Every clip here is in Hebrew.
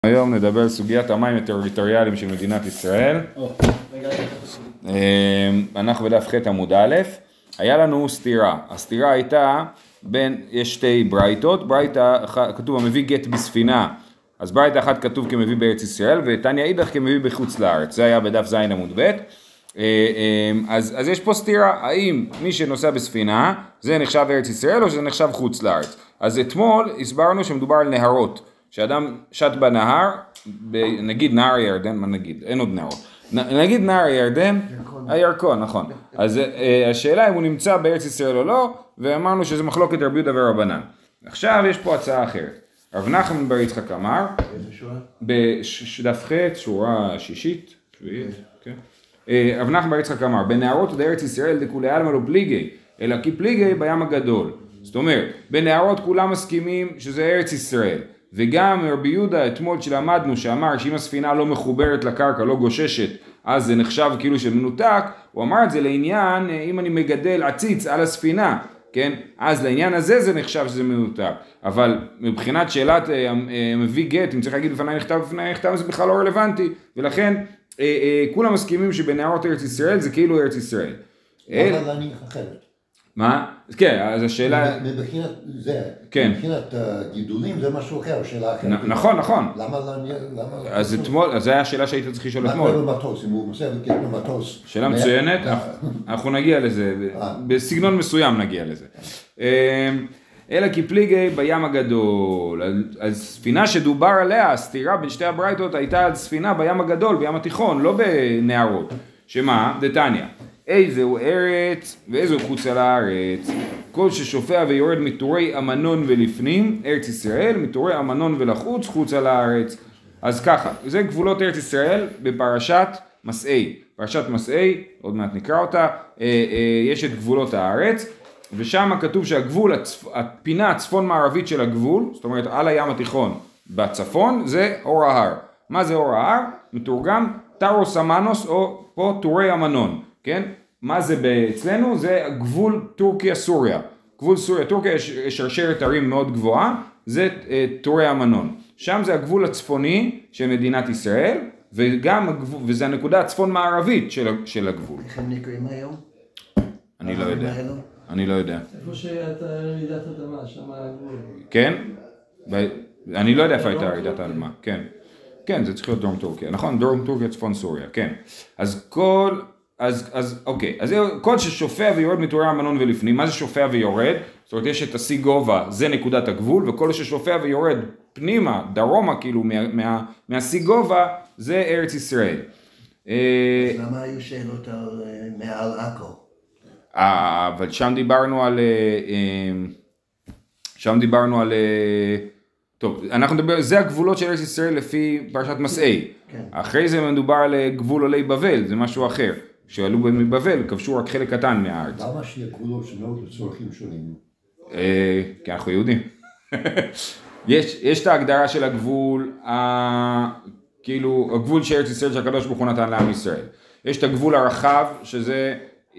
היום נדבר על סוגיית המים הטריטוריאליים של מדינת ישראל. אנחנו בדף ח' עמוד א', היה לנו סתירה. הסתירה הייתה יש שתי ברייתות, ברייתה כתוב המביא גט בספינה, אז ברייתה אחת כתוב כמביא בארץ ישראל, ותניא אידך כמביא בחוץ לארץ, זה היה בדף ז' עמוד ב'. אז יש פה סתירה, האם מי שנוסע בספינה זה נחשב ארץ ישראל או שזה נחשב חוץ לארץ? אז אתמול הסברנו שמדובר על נהרות, שאדם שט בנהר, נגיד נהר הירדן, מה נגיד? אין עוד נהרות. נגיד נהר הירדן, הירקון, נכון. אז השאלה אם הוא נמצא בארץ ישראל או לא, ואמרנו שזה מחלוקת רבי יהודה ורבנן. עכשיו יש פה הצעה אחרת. רב נחמן בר יצחק אמר, בדף ח' שורה שישית, כן. רב נחמן בר יצחק אמר, בנהרות עד ארץ ישראל דכולי עלמא לא פליגי, אלא כי פליגי בים הגדול. זאת אומרת, בנהרות כולם מסכימים שזה ארץ ישראל. וגם רבי יהודה אתמול שלמדנו שאמר שאם הספינה לא מחוברת לקרקע, לא גוששת, אז זה נחשב כאילו שמנותק, הוא אמר את זה לעניין, אם אני מגדל עציץ על הספינה, כן? אז לעניין הזה זה נחשב שזה מנותק. אבל מבחינת שאלת מביא גט, אם צריך להגיד בפני נכתב, זה בכלל לא רלוונטי, ולכן כולם מסכימים שבנהרות ארץ ישראל זה כאילו ארץ ישראל. למה להניח אחרת? מה? כן, אז השאלה... מבחינת זה, כן. מבחינת גידולים זה משהו אחר, שאלה אחרת. נכון. למה להניח? אז אתמול, אז זו היה השאלה שהיית צריך לשאול אתמול. מה במטוס, אם הוא מסב במטוס. שאלה מצוינת, אנחנו נגיע לזה, בסגנון מסוים נגיע לזה. אלא כי פליגי בים הגדול, אז ספינה שדובר עליה, הסתירה בין שתי הברייתות הייתה על ספינה בים הגדול, בים התיכון, לא בנהרות. שמה? דתניא. איזהו ארץ ואיזהו חוץ על הארץ, כל ששופע ויורד מתורי אמנון ולפנים, ארץ ישראל, מתורי אמנון ולחוץ, חוץ על הארץ. אז ככה, זה גבולות ארץ ישראל בפרשת מסעי. פרשת מסעי, עוד מעט נקרא אותה, יש את גבולות הארץ, ושם כתוב שהגבול, הפינה הצפון מערבית של הגבול, זאת אומרת על הים התיכון בצפון, זה אור ההר. מה זה אור ההר? מתורגם טרוס אמנוס או פה תורי אמנון. כן? מה זה אצלנו? זה גבול טורקיה-סוריה. גבול סוריה-טורקיה יש שרשרת ערים מאוד גבוהה, זה תורי אמנון. שם זה הגבול הצפוני של מדינת ישראל, וזה הנקודה הצפון-מערבית של הגבול. איך הם נקראים היום? אני לא יודע. איפה שאתה רעידת אדמה, שם הגבול. כן? אני לא יודע איפה הייתה רעידת האדמה, כן. כן, זה צריך להיות דרום טורקיה. נכון, דרום טורקיה, צפון סוריה, כן. אז אוקיי, אז כל ששופע ויורד מתורי אמנון ולפנים, מה זה שופע ויורד? זאת אומרת, יש את השיא גובה, זה נקודת הגבול, וכל ששופע ויורד פנימה, דרומה, כאילו, מהשיא גובה, זה ארץ ישראל. אז למה היו שאלות מעל עכו? אבל שם דיברנו על, טוב, אנחנו נדבר, זה הגבולות של ארץ ישראל לפי פרשת מסעי. כן. אחרי זה מדובר על גבול עולי בבל, זה משהו אחר. שעלו מבבל, כבשו רק חלק קטן מהארץ. למה שיהיה גבולות שונות לצורכים שונים? כי אנחנו יהודים. יש את ההגדרה של הגבול, כאילו, הגבול שארץ ישראל שהקדוש ברוך הוא נתן לעם ישראל. יש את הגבול הרחב, שזה,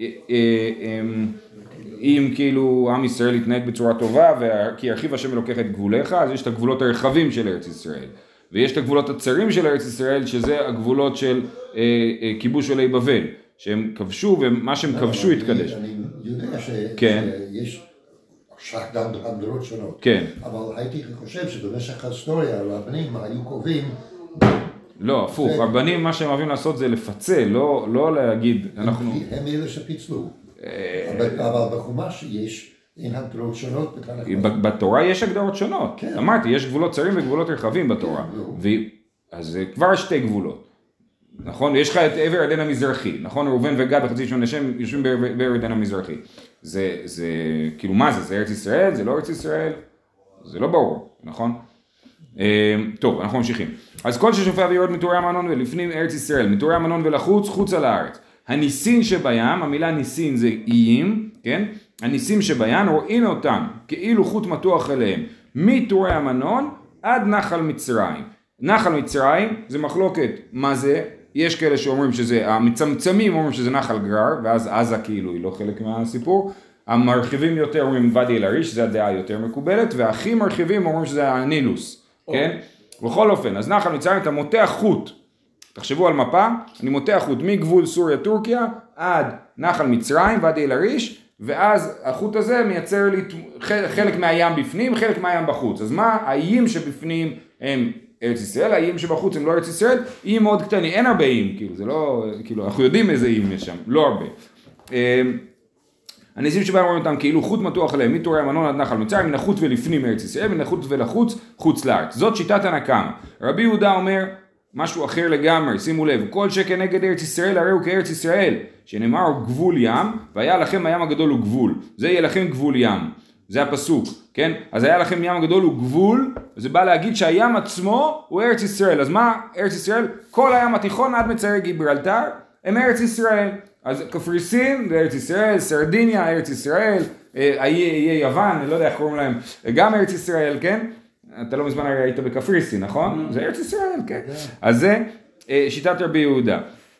אם כאילו עם ישראל יתנהג בצורה טובה, כי ירחיב השם ולוקח את גבוליך, אז יש את הגבולות הרחבים של ארץ ישראל. ויש את הגבולות הצרים של ארץ ישראל, שזה הגבולות של כיבוש עולי בבל. שהם כבשו, ומה שהם כבשו התקדש. אני יודע שיש גם הגדרות שונות. כן. אבל הייתי חושב שבמשך ההיסטוריה הרבנים היו קובעים... לא, הפוך. רבנים, מה שהם אוהבים לעשות זה לפצל, לא להגיד, אנחנו... הם אלה שפיצלו. אבל בחומש אין הגדרות שונות. בתורה יש הגדרות שונות. אמרתי, יש גבולות צרים וגבולות רחבים בתורה. אז זה כבר שתי גבולות. נכון? יש לך את עבר הירדן המזרחי, נכון? ראובן וגד וחצי שון השם יושבים בעבר הירדן המזרחי. זה כאילו מה זה? זה ארץ ישראל? זה לא ארץ ישראל? זה לא ברור, נכון? טוב, אנחנו ממשיכים. אז כל ששופע ויורד מתורי אמנון ולפנים ארץ ישראל, מתורי אמנון ולחוץ, חוץ על הארץ. הניסין שבים, המילה ניסין זה איים, כן? הניסים שבים רואים אותם כאילו חוט מתוח אליהם, מתורי אמנון עד נחל מצרים. נחל מצרים זה מחלוקת, מה זה? יש כאלה שאומרים שזה, המצמצמים אומרים שזה נחל גרר, ואז עזה כאילו היא לא חלק מהסיפור. המרחיבים יותר אומרים ואדי אל-עריש, זה הדעה יותר מקובלת, והכי מרחיבים אומרים שזה הנילוס, כן? בכל אופן, אז נחל מצרים אתה מותח חוט, תחשבו על מפה, אני מותח חוט מגבול סוריה-טורקיה עד נחל מצרים ועד אל-עריש, ואז החוט הזה מייצר לי חלק מהים בפנים, חלק מהים בחוץ. אז מה? האיים שבפנים הם ארץ ישראל, האיים שבחוץ הם לא ארץ ישראל, איים מאוד קטנים, אין הרבה איים, כאילו, זה לא, כאילו, אנחנו יודעים איזה איים יש שם, לא הרבה. הניסים שבהם רואים אותם כאילו חוט מתוח עליהם, מתורי המנון עד נחל מצרים, מן החוץ ולפנים ארץ ישראל, מן החוץ ולחוץ, חוץ לארץ. זאת שיטת הנקמה. רבי יהודה אומר משהו אחר לגמרי, שימו לב, כל שכנגד ארץ ישראל הרי הוא כארץ ישראל, שנאמר הוא גבול ים, והיה לכם הים הגדול הוא גבול, זה יהיה לכם גבול ים, זה הפסוק, כן? אז היה לכם ים הגדול הוא גבול, וזה בא להגיד שהים עצמו הוא ארץ ישראל. אז מה ארץ ישראל? כל הים התיכון עד מצרי גיברלטר הם ארץ ישראל. אז קפריסין זה ארץ ישראל, סרדיניה ארץ ישראל, איי יוון, אני לא יודע איך קוראים להם, גם ארץ ישראל, כן? אתה לא מזמן היית בקפריסין, נכון? זה ארץ ישראל, כן? אז זה שיטת רבי יהודה.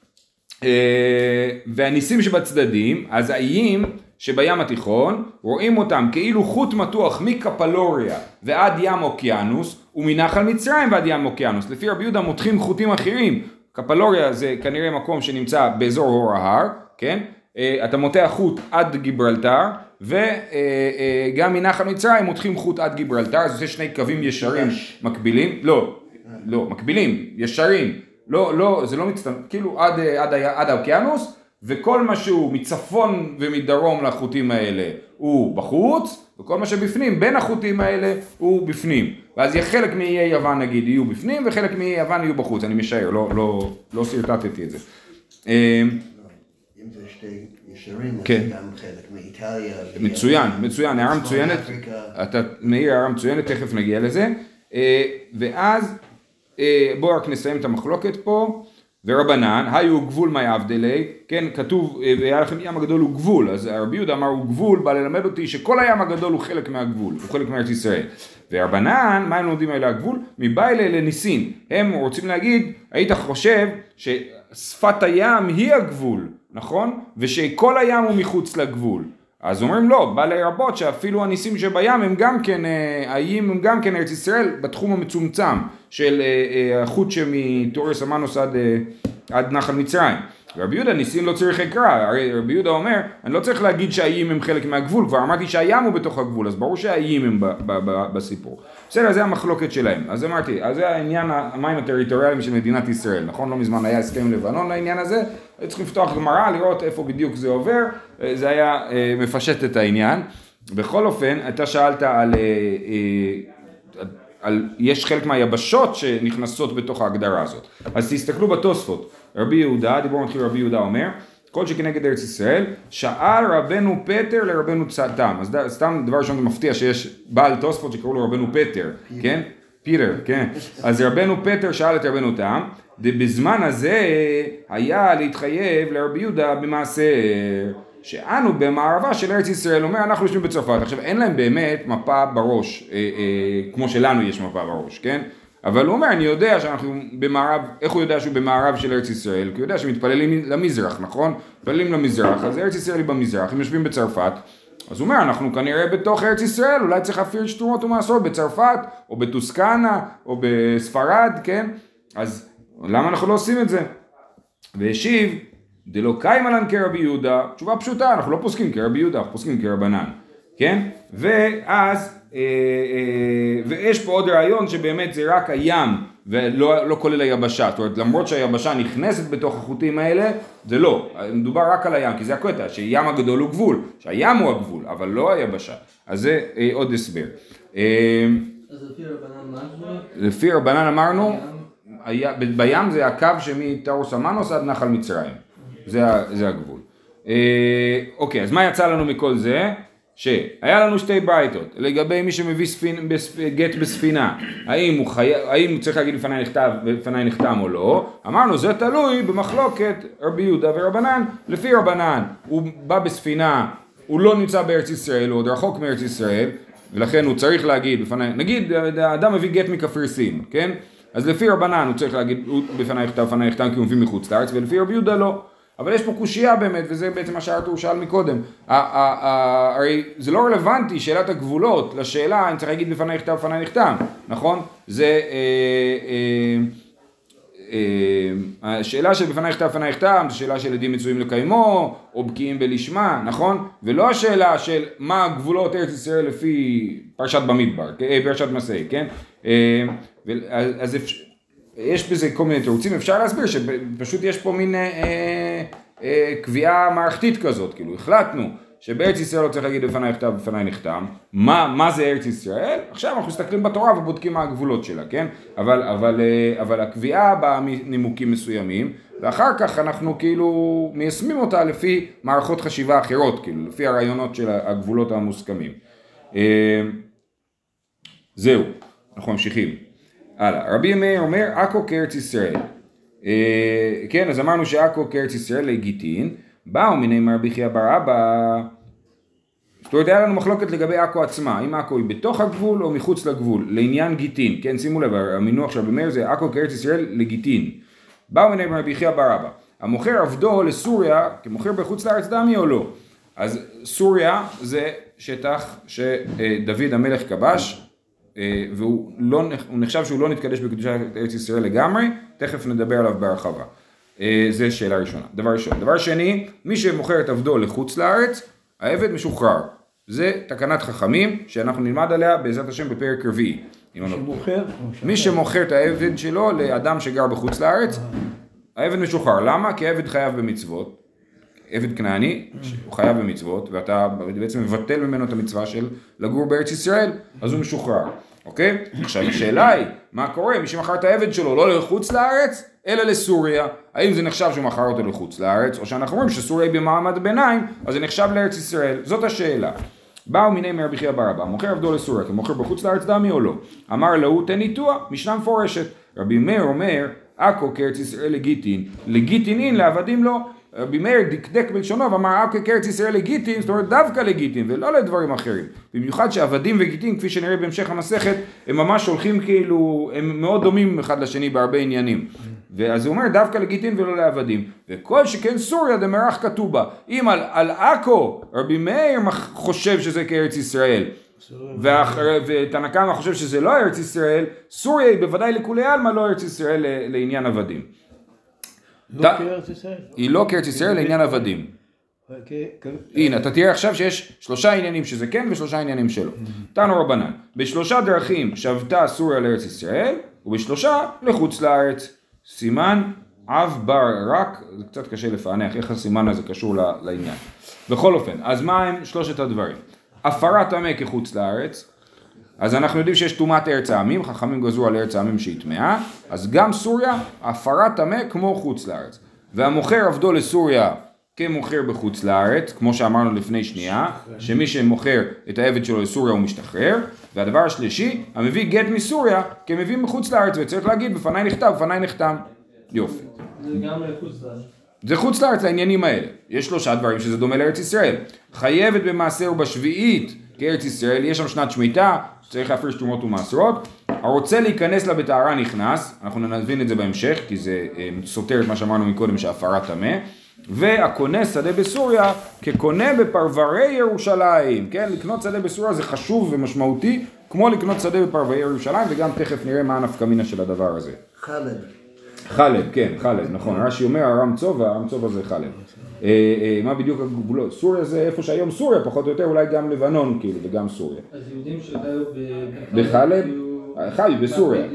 והניסים שבצדדים, אז האיים שבים התיכון, רואים אותם כאילו חוט מתוח מקפלוריה ועד ים אוקיינוס, ומנחל מצרים ועד ים אוקיינוס. לפי רבי יהודה מותחים חוטים אחרים. קפלוריה זה כנראה מקום שנמצא באזור הור ההר, כן? אתה מותח חוט עד גיברלטר, וגם מנחל מצרים מותחים חוט עד גיברלטר, זה שני קווים ישרים מקבילים, לא, מקבילים, ישרים, לא, זה לא מצטמצם, כאילו עד האוקיינוס, וכל משהו מצפון ומדרום לחוטים האלה הוא בחוץ, וכל מה שבפנים, בין החוטים האלה הוא בפנים. ואז יהיה חלק מאיי יוון נגיד יהיו בפנים, וחלק מאיי יוון יהיו בחוץ, אני משער, לא סרטטתי את זה. אם זה שתי ישרים, אז גם חלק מאיטליה. מצוין, הערה מצוינת, אתה מעיר הערה מצוינת, תכף נגיע לזה. ואז בואו רק נסיים את המחלוקת פה. ורבנן, היו גבול מי אבדלי, כן, כתוב, והיה לכם ים הגדול הוא גבול, אז רבי יהודה אמר הוא גבול, בא ללמד אותי שכל הים הגדול הוא חלק מהגבול, הוא חלק מארץ ישראל. ורבנן, מה הם לומדים האלה הגבול? מביילה לניסין, הם רוצים להגיד, היית חושב ששפת הים היא הגבול, נכון? ושכל הים הוא מחוץ לגבול. אז אומרים לא, בא לרבות שאפילו הניסים שבים הם גם כן, האיים הם גם כן ארץ ישראל בתחום המצומצם של החוט שמתורס המנוס עד נחל מצרים. רבי יהודה ניסים לא צריך לקרוא, הרי רבי יהודה אומר, אני לא צריך להגיד שהאיים הם חלק מהגבול, כבר אמרתי שהים הוא בתוך הגבול, אז ברור שהאיים הם בסיפור. בסדר, זה המחלוקת שלהם, אז אמרתי, אז זה העניין המים הטריטוריאליים של מדינת ישראל, נכון? לא מזמן היה הסכם לבנון לעניין הזה, היו צריכים לפתוח גמרא, לראות איפה בדיוק זה עובר, זה היה מפשט את העניין. בכל אופן, אתה שאלת יש חלק מהיבשות שנכנסות בתוך ההגדרה הזאת. אז תסתכלו בתוספות, רבי יהודה, דיבור מתחיל רבי יהודה אומר, כל שכנגד ארץ ישראל, שאל רבנו פטר לרבנו תם. אז סתם דבר ראשון זה מפתיע שיש בעל תוספות שקראו לו רבנו פטר, כן? פיטר, כן. אז רבנו פטר שאל את רבנו תם, בזמן הזה היה להתחייב לרבי יהודה במעשר, שאנו במערבה של ארץ ישראל, אומר אנחנו יושבים בצרפת, עכשיו אין להם באמת מפה בראש, כמו שלנו יש מפה בראש, כן? אבל הוא אומר, אני יודע שאנחנו במערב, איך הוא יודע שהוא במערב של ארץ ישראל? כי הוא יודע שמתפללים למזרח, נכון? מתפללים למזרח, אז ארץ ישראל היא במזרח, הם יושבים בצרפת, אז הוא אומר, אנחנו כנראה בתוך ארץ ישראל, אולי צריך להפעיל תרומות ומעשרות בצרפת, או בטוסקנה, או בספרד, כן? אז למה אנחנו לא עושים את זה? והשיב, דלא קיימלן כרבי יהודה, תשובה פשוטה, אנחנו לא פוסקים כרבי יהודה, אנחנו פוסקים כרבנן, כן? ואז, ויש פה עוד רעיון שבאמת זה רק הים, ולא כולל היבשה, זאת אומרת, למרות שהיבשה נכנסת בתוך החוטים האלה, זה לא, מדובר רק על הים, כי זה הקטע, שים הגדול הוא גבול, שהים הוא הגבול, אבל לא היבשה, אז זה עוד הסבר. אז לפי רבנן מה זה? לפי רבנן אמרנו, בים זה הקו שמתרוס המנוס עד נחל מצרים. זה הגבול. אוקיי, אז מה יצא לנו מכל זה? שהיה לנו שתי ברייתות, לגבי מי שמביא גט בספינה, האם הוא צריך להגיד לפני נחתם או לא, אמרנו זה תלוי במחלוקת רבי יהודה ורבנן, לפי רבנן הוא בא בספינה, הוא לא נמצא בארץ ישראל, הוא עוד רחוק מארץ ישראל, ולכן הוא צריך להגיד בפני, נגיד האדם מביא גט מקפריסין, כן? אז לפי רבנן הוא צריך להגיד בפני נחתם כי הוא מביא מחוץ לארץ, ולפי רבי יהודה לא. אבל יש פה קושייה באמת, וזה בעצם מה שארתור שאל מקודם. הרי זה לא רלוונטי, שאלת הגבולות, לשאלה אם צריך להגיד בפני נכתב בפני נחתם, נכון? זה השאלה של בפני נכתב בפני נחתם, זו שאלה של עדים מצויים לקיימו, או בקיאים בלשמה, נכון? ולא השאלה של מה גבולות ארץ ישראל לפי פרשת במדבר, פרשת מסעי, כן? אז יש בזה כל מיני תירוצים, אפשר להסביר שפשוט יש פה מין קביעה מערכתית כזאת, כאילו החלטנו שבארץ ישראל לא צריך להגיד בפני נכתב בפני נחתם, מה זה ארץ ישראל? עכשיו אנחנו מסתכלים בתורה ובודקים מה הגבולות שלה, כן? אבל הקביעה באה מנימוקים מסוימים, ואחר כך אנחנו כאילו מיישמים אותה לפי מערכות חשיבה אחרות, כאילו לפי הרעיונות של הגבולות המוסכמים. זהו, אנחנו ממשיכים. הלאה, רבי מאיר אומר, עכו כארץ ישראל. כן, אז אמרנו שעכו כארץ ישראל לגיטין, באו מיני מרבי חייא בר אבא. זאת אומרת, היה לנו מחלוקת לגבי עכו עצמה, אם עכו היא בתוך הגבול או מחוץ לגבול, לעניין גיטין. כן, שימו לב, המינוח של רבי מאיר זה עכו כארץ ישראל לגיטין. באו מיני מרבי חייא בר אבא. המוכר עבדו לסוריה, כמוכר בחוץ לארץ דמי או לא? אז סוריה זה שטח שדוד המלך כבש, והוא נחשב שהוא לא נתקדש בקדושת ארץ ישראל לגמרי, תכף נדבר עליו בהרחבה. זה שאלה ראשונה, דבר ראשון. דבר שני, מי שמוכר את עבדו לחוץ לארץ, העבד משוחרר. זה תקנת חכמים שאנחנו נלמד עליה בעזרת השם בפרק רביעי. מי שמוכר את העבד שלו לאדם שגר בחוץ לארץ, העבד משוחרר. למה? כי העבד חייב במצוות. עבד כנעני, הוא חייב במצוות, ואתה בעצם מבטל ממנו את המצווה של לגור בארץ ישראל, אז הוא משוחרר, אוקיי? עכשיו השאלה היא, מה קורה? מי שמכר את העבד שלו לא לחוץ לארץ, אלא לסוריה, האם זה נחשב שהוא מכר אותו לחוץ לארץ, או שאנחנו אומרים שסוריה היא במעמד ביניים, אז זה נחשב לארץ ישראל, זאת השאלה. באו מיני מרבי חייא בר אבא, מוכר עבדו לסוריה, כי מוכר בחוץ לארץ דמי או לא? אמר לו, תן ניתוח, משנה מפורשת. רבי מאיר אומר, עכו כארץ ישראל לגיטין, לגיטין אין, לעבדים לא. רבי מאיר דקדק בלשונו ואמר עכו כארץ ישראל לגיטין, זאת אומרת דווקא לגיטין ולא לדברים אחרים. במיוחד שעבדים וגיטין, כפי שנראה בהמשך המסכת, הם ממש הולכים כאילו, הם מאוד דומים אחד לשני בהרבה עניינים. ואז הוא אומר דווקא לגיטין ולא לעבדים. וכל שכן סוריה דמרח כתובה. אם על עכו רבי מאיר חושב שזה כארץ ישראל, ותנא קמא חושב שזה לא ארץ ישראל, סוריה היא בוודאי לכולי עלמא לא ארץ ישראל לעניין עבדים. לא כארץ ישראל? היא לא כארץ ישראל לעניין עבדים. הנה, אתה תראה עכשיו שיש 3 עניינים שזה כן ו3 עניינים שלא. תנו רבנן, ב3 דרכים שבתה סוריה לארץ ישראל, וב3 לחוץ לארץ. סימן אב בר רק, זה קצת קשה לפענח איך הסימן הזה קשור לעניין. בכל אופן, אז מה הם 3 הדברים? הפרת טמא כחוץ לארץ, אז אנחנו יודעים שיש טומאת ארץ העמים, חכמים גזרו על ארץ העמים שהיא טמאה, אז גם סוריה, הפרת טמא כמו חוץ לארץ. והמוכר עבדו לסוריה כמוכר בחוץ לארץ, כמו שאמרנו לפני שנייה, שמי שמוכר את העבד שלו לסוריה הוא משתחרר. והדבר השלישי, המביא גט מסוריה כמביא מחוץ לארץ, וצריך להגיד בפני נכתב, בפני נחתם. יופי. זה גם לחוץ לארץ. זה חוץ לארץ לעניינים האלה. יש 3 דברים שזה דומה לארץ ישראל. חייבת במעשר ובשביעית כארץ ישראל, יש שם שנת שמיטה, צריך להפריש תרומות ומעשרות. הרוצה להיכנס לה בטהרה נכנס, אנחנו נבין את זה בהמשך, כי זה סותר את מה שאמרנו מקודם שהפרת טמא. והקונה שדה בסוריה כקונה בפרברי ירושלים, כן? לקנות שדה בסוריה זה חשוב ומשמעותי, כמו לקנות שדה בפרברי ירושלים, וגם תכף נראה מה הנפקא מינה של הדבר הזה. חלב, כן, חלב, נכון. רש"י אומר הרם צובע, הרם צובע זה חלב. מה בדיוק הגבולות? סוריה זה איפה שהיום סוריה, פחות או יותר אולי גם לבנון, כאילו, וגם סוריה. אז יהודים שחיו בחלב? חיו בסוריה.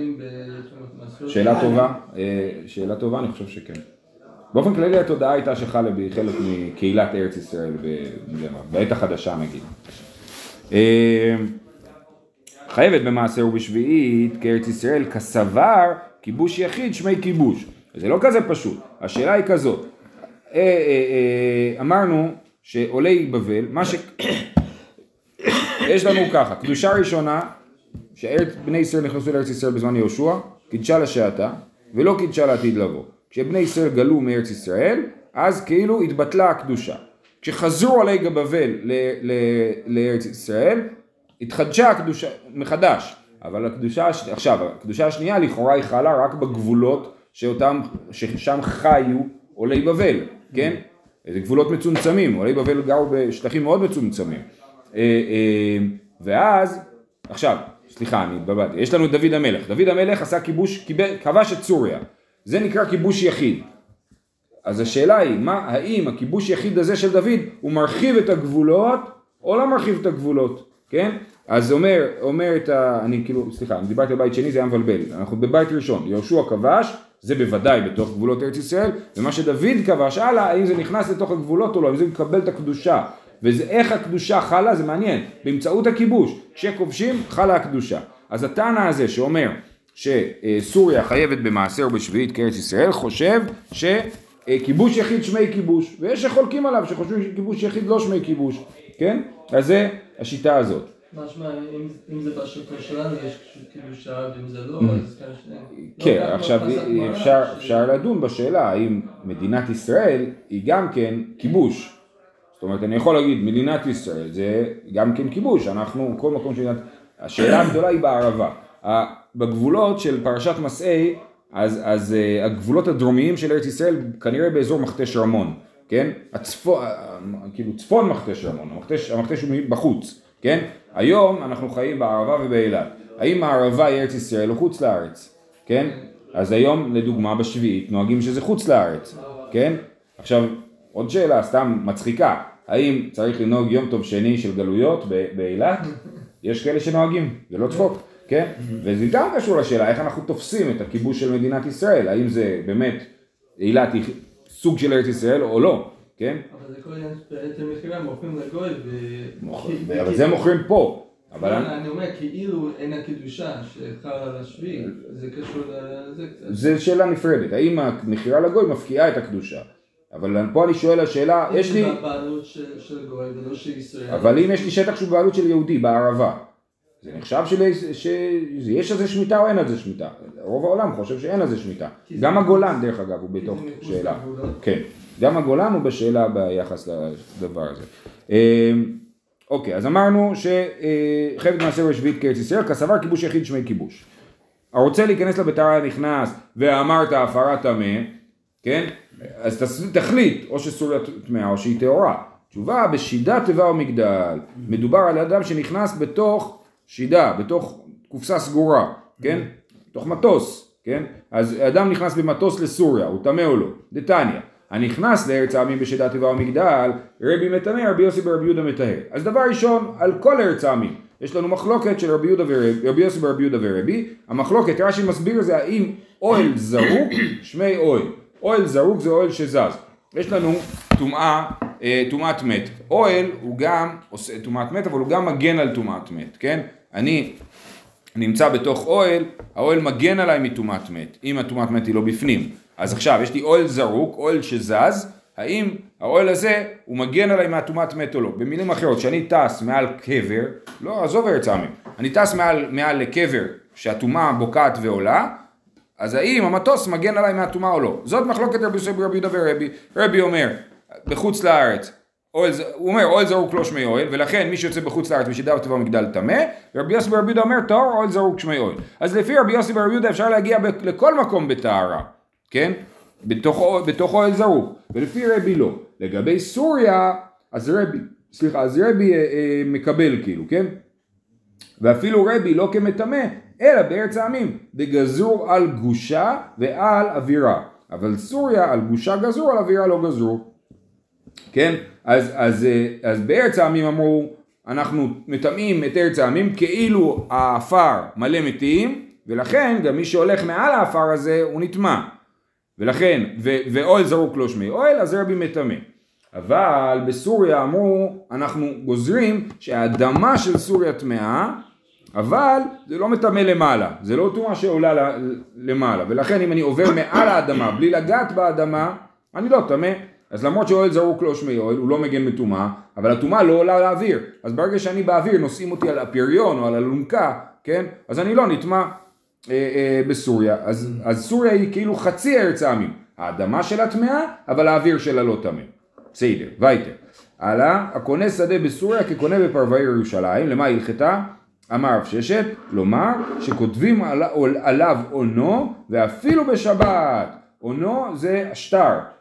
שאלה טובה, אני חושב שכן. באופן כללי התודעה הייתה שחלב היא חלק מקהילת ארץ ישראל בעת החדשה נגיד. חייבת במעשר ובשביעית כארץ ישראל כסבר כיבוש יחיד שמי כיבוש. זה לא כזה פשוט. השאלה היא כזאת. אמרנו שעולי בבל, יש לנו ככה, קדושה ראשונה, שבני ישראל נכנסו לארץ ישראל בזמן יהושע, קידשה לשעתה ולא קידשה לעתיד לבוא. כשבני ישראל גלו מארץ ישראל, אז כאילו התבטלה הקדושה. כשחזרו עלי בבל לארץ ישראל, התחדשה הקדושה מחדש. אבל הקדושה השנייה לכאורה היא חלה רק בגבולות ששם חיו עולי בבל. כן? זה גבולות מצומצמים, עולי בבל גרו בשטחים מאוד מצומצמים. ואז, עכשיו, סליחה, אני התבלבלתי, יש לנו את דוד המלך. דוד המלך עשה כיבוש, כבש את סוריה. זה נקרא כיבוש יחיד. אז השאלה היא, האם הכיבוש יחיד הזה של דוד, הוא מרחיב את הגבולות, או לא מרחיב את הגבולות, כן? אז אומר אני דיברתי על בית שני, זה היה מבלבל. אנחנו בבית ראשון, יהושע כבש, זה בוודאי בתוך גבולות ארץ ישראל, ומה שדוד כבש הלאה, האם זה נכנס לתוך הגבולות או לא, האם זה מקבל את הקדושה. ואיך הקדושה חלה, זה מעניין, באמצעות הכיבוש, כשכובשים חלה הקדושה. אז הטענה הזה שאומר שסוריה חייבת במעשר ובשביעית כארץ ישראל, חושב שכיבוש יחיד שמי כיבוש, ויש שחולקים עליו שחושבים שכיבוש יחיד לא שמי כיבוש, כן? אז זה השיטה הזאת. משמע, אם זה בשיטה שלנו יש קדושה, ואם זה לא, אז כן, עכשיו אפשר לדון בשאלה האם מדינת ישראל היא גם כן כיבוש. זאת אומרת, אני יכול להגיד, מדינת ישראל זה גם כן כיבוש, אנחנו, כל מקום השאלה הגדולה היא בערבה. בגבולות של פרשת מסעי, אז הגבולות הדרומיים של ארץ ישראל כנראה באזור מכתש רמון, כן? צפון מכתש רמון, המכתש הוא בחוץ, כן? היום אנחנו חיים בערבה ובאילת. האם הערבה היא ארץ ישראל או חוץ לארץ? כן? אז היום, לדוגמה, בשביעית, נוהגים שזה חוץ לארץ, כן? עכשיו, עוד שאלה, סתם מצחיקה, האם צריך לנהוג יום טוב שני של גלויות באילת? יש כאלה שנוהגים, זה לא צחוק, כן? וזה גם קשור לשאלה, איך אנחנו תופסים את הכיבוש של מדינת ישראל, האם זה באמת, אילת היא סוג של ארץ ישראל או לא, כן? אבל זה כל עניין בעצם מחירה, מוכרים לגוי אבל זה מוכרים פה. אני אומר, כאילו אין הקדושה שחל על השביעי, זה קשור לזה קצת. זה שאלה נפרדת, האם המחירה לגוי מפקיעה את הקדושה? אבל פה אני שואל השאלה, יש לי... זה בעלות של גוי ולא של ישראל. אבל אם יש לי שטח שהוא בעלות של יהודי בערבה, זה נחשב שיש על זה שמיטה או אין על זה שמיטה? רוב העולם חושב שאין על זה שמיטה. גם הגולן דרך אגב הוא בתוך שאלה. כן, גם הגולן הוא בשאלה ביחס לדבר הזה. אוקיי, אז אמרנו שחייבת מעשר ושביעית כארץ ישראל, כסבר כיבוש יחיד שמי כיבוש. הרוצה להיכנס לביתר נכנס ואמרת הפרת טמא, כן? אז תחליט, או שסוריה טמאה או שהיא טהורה. תשובה, בשידה תיבה או מגדל. מדובר על אדם שנכנס בתוך שידה, בתוך קופסה סגורה, כן? בתוך מטוס, כן? אז אדם נכנס במטוס לסוריה, הוא טמא או לא? דתניא. הנכנס לארץ העמים בשידה תיבה או מגדל, רבי מטמא, רבי יוסי ברבי יהודה מטהר. אז דבר ראשון, על כל ארץ העמים. יש לנו מחלוקת של רבי יוסי ברבי יהודה ורבי. המחלוקת, רש"י מסביר זה האם אוהל זרוק, שמי אוהל. אוהל זרוק זה אוהל שזז. יש לנו טומאת מת. אוהל הוא גם עושה טומאת מת, אבל הוא גם מגן על טומאת מת, כן? אני נמצא בתוך אוהל, האוהל מגן עליי מטומאת מת, אם הטומאת מת היא לא בפנים. אז עכשיו יש לי אוהל זרוק, אוהל שזז, האם האוהל הזה הוא מגן עליי מהטומאת מת או לא? במילים אחרות, שאני טס מעל קבר, לא עזוב ארץ העמים, אני טס מעל קבר שהטומאה בוקעת ועולה, אז האם המטוס מגן עליי מהטומאה או לא? זאת מחלוקת רבי יוסי ברבי יהודה ורבי. רבי אומר, בחוץ לארץ, הוא אומר, אוהל זרוק לא שמי אוהל, ולכן מי שיוצא בחוץ לארץ בשידה ותיבה מגדל טמא, ורבי יוסי ברבי יהודה אומר, טהור, אוהל זרוק שמי אוהל. אז לפי רבי יוסי ברבי יהודה אפשר להגיע לכל מקום בטהרה, בתוך אוהל זרוק, ולפי רבי לא. לגבי סוריה, אז רבי מקבל כאילו, כן? ואפילו רבי לא כמטמא, אלא בארץ העמים, דגזרו על גושה ועל אווירה. אבל סוריה על גושה גזרו, על אווירה לא גזרו. כן? אז בארץ העמים אמרו, אנחנו מטמאים את ארץ העמים כאילו האפר מלא מתים, ולכן גם מי שהולך מעל האפר הזה הוא נטמא. ולכן, ואוהל זרוק לא שמי אוהל, אז רבי מטמא. אבל בסוריה אמרו, אנחנו גוזרים שהאדמה של סוריה טמאה, אבל זה לא מטמא למעלה, זה לא טומאה שעולה למעלה, ולכן אם אני עובר מעל האדמה, בלי לגעת באדמה, אני לא טמא. אז למרות שאוהל זרוק לא שמי אוהל, הוא לא מגן מטומאה, אבל הטומאה לא עולה לאוויר, אז ברגע שאני באוויר נושאים אותי על הפריון או על אלונקה, כן? אז אני לא נטמא בסוריה, אז סוריה היא כאילו חצי ארץ העמים, האדמה שלה טמאה, אבל האוויר שלה לא טמא. בסדר, וייטר. הלאה, הקונה שדה בסוריה כקונה בפרבאי ירושלים, למה הלכתה? אמר רב ששת, לומר שכותבים עליו עונו ואפילו בשבת. עונו זה השטר,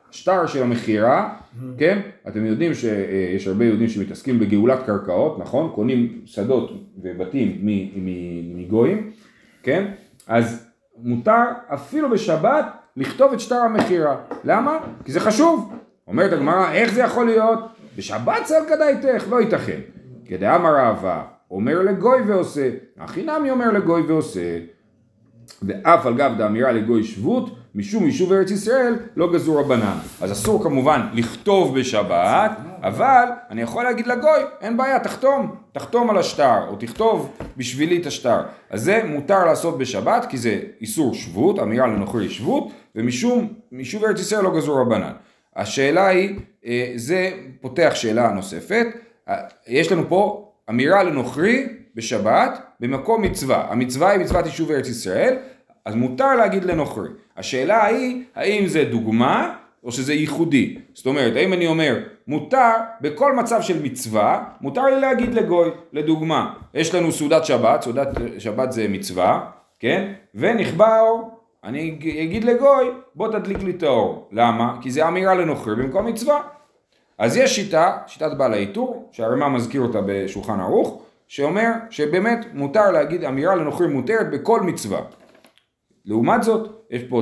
השטר של המכירה, כן? אתם יודעים שיש הרבה יהודים שמתעסקים בגאולת קרקעות, נכון? קונים שדות ובתים מגויים, כן? אז מותר אפילו בשבת לכתוב את שטר המכירה. למה? כי זה חשוב. אומרת הגמרא, איך זה יכול להיות? בשבת צל כדאיתך, לא ייתכן. כדאמר רבא, אומר לגוי ועושה, החינמי אומר לגוי ועושה, ואף על גב דאמירה לגוי שבות, משום יישוב ארץ ישראל לא גזור רבנן. אז אסור כמובן לכתוב בשבת, אבל אני יכול להגיד לגוי, אין בעיה, תחתום על השטר, או תכתוב בשבילי את השטר. אז זה מותר לעשות בשבת, כי זה איסור שבות, אמירה לנוכרי שבות, ומשום יישוב ארץ ישראל לא גזור רבנן. השאלה היא, זה פותח שאלה נוספת, יש לנו פה אמירה לנוכרי בשבת במקום מצווה. המצווה היא מצוות יישוב ארץ ישראל, אז מותר להגיד לנוכרי. השאלה היא, האם זה דוגמה או שזה ייחודי? זאת אומרת, האם אני אומר, מותר בכל מצב של מצווה, מותר לי להגיד לגוי, לדוגמה, יש לנו סעודת שבת, סעודת שבת זה מצווה, כן? ונכבה אור, אני אגיד לגוי, בוא תדליק לי את האור. למה? כי זה אמירה לנוכרי במקום מצווה. אז יש שיטת בעל העיטור, שהרמ"א מזכיר אותה בשולחן ערוך, שאומר שבאמת מותר להגיד אמירה לנוכרי מותרת בכל מצווה. לעומת זאת, יש פה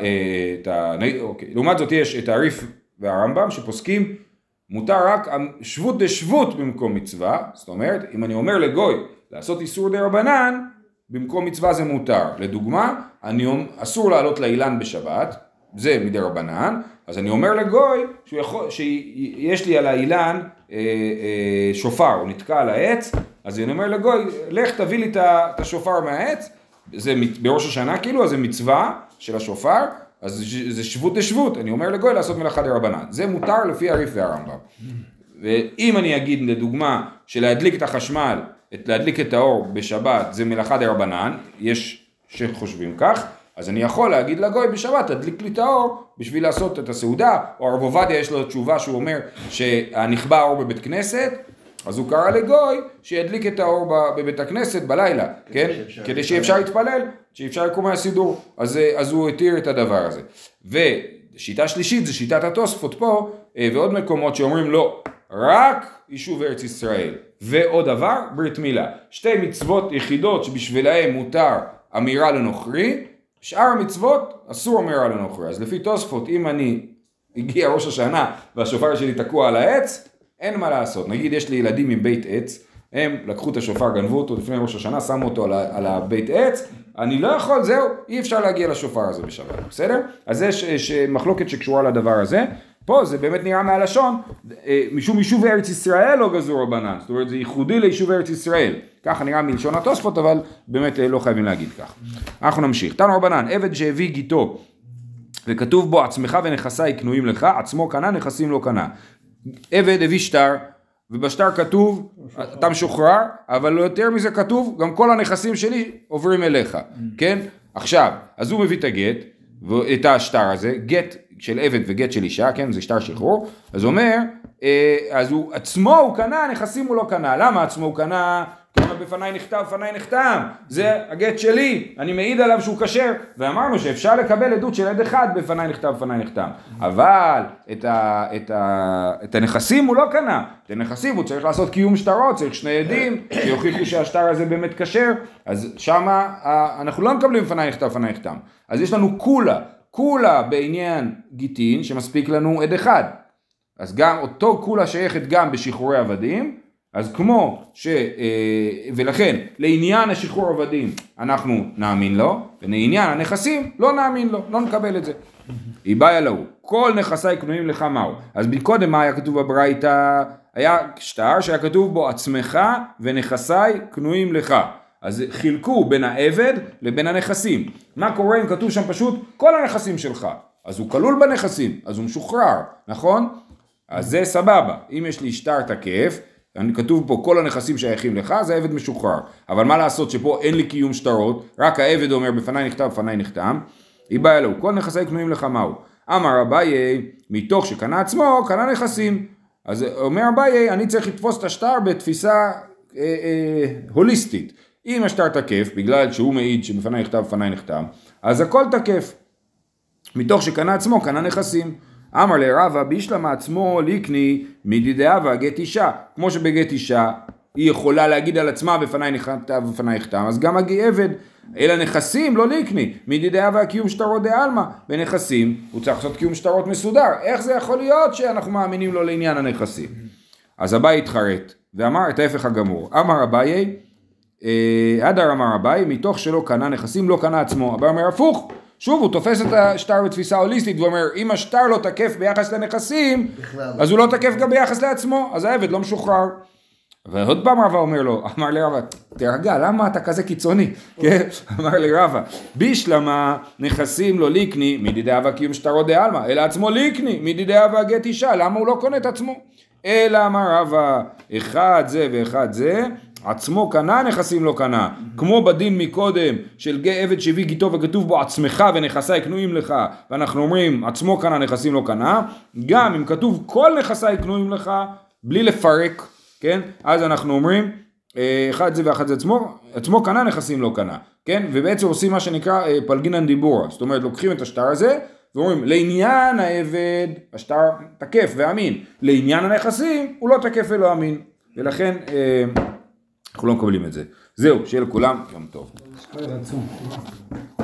לעומת זאת יש את הריף והרמב"ם שפוסקים מותר רק שבות דשבות במקום מצווה. זאת אומרת, אם אני אומר לגוי לעשות איסור דרבנן, במקום מצווה זה מותר. לדוגמה, אסור לעלות לאילן בשבת, זה מדרבנן, אז אני אומר לגוי שיש לי על האילן שופר, הוא נתקע על העץ, אז אני אומר לגוי, לך תביא לי את השופר מהעץ, זה בראש השנה כאילו, אז זה מצווה של השופר, אז זה שבות דשבות, אני אומר לגוי לעשות מלאכה דרבנן, זה מותר לפי הריף והרמב"ם. ואם אני אגיד לדוגמה שלהדליק את החשמל, להדליק את האור בשבת זה מלאכה דרבנן, יש שחושבים כך, אז אני יכול להגיד לגוי בשבת, תדליק לי את האור בשביל לעשות את הסעודה, או הרב עובדיה יש לו תשובה שהוא אומר שנכבה האור בבית כנסת, אז הוא קרא לגוי שידליק את האור בבית הכנסת בלילה, כן? כדי שאפשר להתפלל, שאפשר לקום מהסידור, אז הוא התיר את הדבר הזה. ושיטה שלישית זה שיטת התוספות פה, ועוד מקומות שאומרים לא, רק יישוב ארץ ישראל, ועוד דבר, ברית מילה. שתי מצוות יחידות שבשבילהם מותר אמירה לנוכרי, שאר המצוות אסור אמירה לנוכרי. אז לפי תוספות, אם אני הגיע ראש השנה והשופר שלי תקוע על העץ, אין מה לעשות. נגיד יש לי ילדים עם בית עץ, הם לקחו את השופר, גנבו אותו לפני ראש השנה, שמו אותו על הבית עץ, אני לא יכול, זהו, אי אפשר להגיע לשופר הזה בשבת, בסדר? אז יש מחלוקת שקשורה לדבר הזה. פה זה באמת נראה מהלשון, משום יישוב ארץ ישראל לא גזור רבנן, זאת אומרת זה ייחודי ליישוב ארץ ישראל, ככה נראה מלשון התוספות, אבל באמת לא חייבים להגיד כך. אנחנו נמשיך. תנו רבנן, עבד שהביא גיטו, וכתוב בו עצמך ונכסי קנויים לך, עצמו קנה, נכסים לא קנה. עבד הביא שטר, ובשטר כתוב, אתה משוחרר, אבל לא יותר מזה כתוב, גם כל הנכסים שלי עוברים אליך, כן? עכשיו, אז הוא מביא את הגט, את השטר הזה, גט של עבד וגט של אישה, כן, זה שטר שחרור, אז הוא אומר, אז הוא עצמו הוא קנה, נכסים הוא לא קנה, למה עצמו הוא קנה? כמה בפניי נכתב, בפניי נחתם, זה הגט שלי, אני מעיד עליו שהוא כשר, ואמרנו שאפשר לקבל עדות של עד אחד, בפניי נכתב, בפניי נחתם, אבל את הנכסים הוא לא קנה, את הנכסים הוא צריך לעשות קיום שטרות, צריך שני עדים, שיוכיחו שהשטר הזה באמת כשר, אז שמה אנחנו לא מקבלים בפניי נכתב, בפניי נחתם, אז יש לנו כולה בעניין גיטין שמספיק לנו עד אחד, אז גם אותו כולה שייכת גם בשחרורי עבדים, אז כמו ולכן לעניין השחרור עבדים אנחנו נאמין לו, ולעניין הנכסים לא נאמין לו, לא נקבל את זה. היא באה לו, כל נכסי קנויים לך מהו. אז קודם מה היה כתוב בברייתא? היה שטר שהיה כתוב בו עצמך ונכסי קנויים לך. אז חילקו בין העבד לבין הנכסים. מה קורה אם כתוב שם פשוט כל הנכסים שלך? אז הוא כלול בנכסים, אז הוא משוחרר, נכון? אז זה סבבה. אם יש לי שטר תקף, כתוב פה כל הנכסים שייכים לך, זה העבד משוחרר. אבל מה לעשות שפה אין לי קיום שטרות, רק העבד אומר בפניי נכתב, בפניי נחתם. היא באה לו, כל נכסי קנויים לך מהו. אמר אביי, מתוך שקנה עצמו, קנה נכסים. אז אומר אביי, אני צריך לתפוס את השטר בתפיסה הוליסטית. אם השטר תקף, בגלל שהוא מעיד שבפניי נכתב, בפניי נחתם, אז הכל תקף. מתוך שקנה עצמו, קנה נכסים. אמר לרבא בישלמה עצמו ליקני מדידאבה גט אישה, כמו שבגט אישה היא יכולה להגיד על עצמה בפני נכתב ובפני חתם, אז גם עבד אלא נכסים לא ליקני מדידאבה קיום שטרות דעלמא, בנכסים הוא צריך לעשות קיום שטרות מסודר, איך זה יכול להיות שאנחנו מאמינים לו לעניין הנכסים? אז אביי התחרט ואמר את ההפך הגמור, אמר אביי הדר אמר אביי מתוך שלא קנה נכסים לא קנה עצמו, אביי אומר הפוך, שוב הוא תופס את השטר בתפיסה הוליסטית ואומר אם השטר לא תקף ביחס לנכסים אז הוא לא תקף גם ביחס לעצמו, אז העבד לא משוחרר. ועוד פעם רבא אומר לו, אמר לרבא תרגע למה אתה כזה קיצוני? אמר לרבא בישלמה נכסים לא ליקני מדידאבה קיום שטרות דעלמא אלא עצמו ליקני מדידאבה גט אישה, למה הוא לא קונה את עצמו? אלא אמר רבא אחד זה ואחד זה עצמו קנה נכסים לא קנה, כמו בדין מקודם של עבד שהביא גיטו וכתוב בו עצמך ונכסי קנויים לך, ואנחנו אומרים עצמו קנה נכסים לא קנה, גם אם כתוב כל נכסי קנויים לך בלי לפרק, כן? אז אנחנו אומרים אחד זה ואחד זה עצמו קנה נכסים לא קנה, כן? ובעצם עושים מה שנקרא פלגינן דיבורה, זאת אומרת לוקחים את השטר הזה ואומרים לעניין העבד השטר תקף ואמין, לעניין הנכסים הוא לא תקף ולא אמין, ולכן אנחנו לא מקבלים את זה. זהו, שיהיה לכולם יום טוב.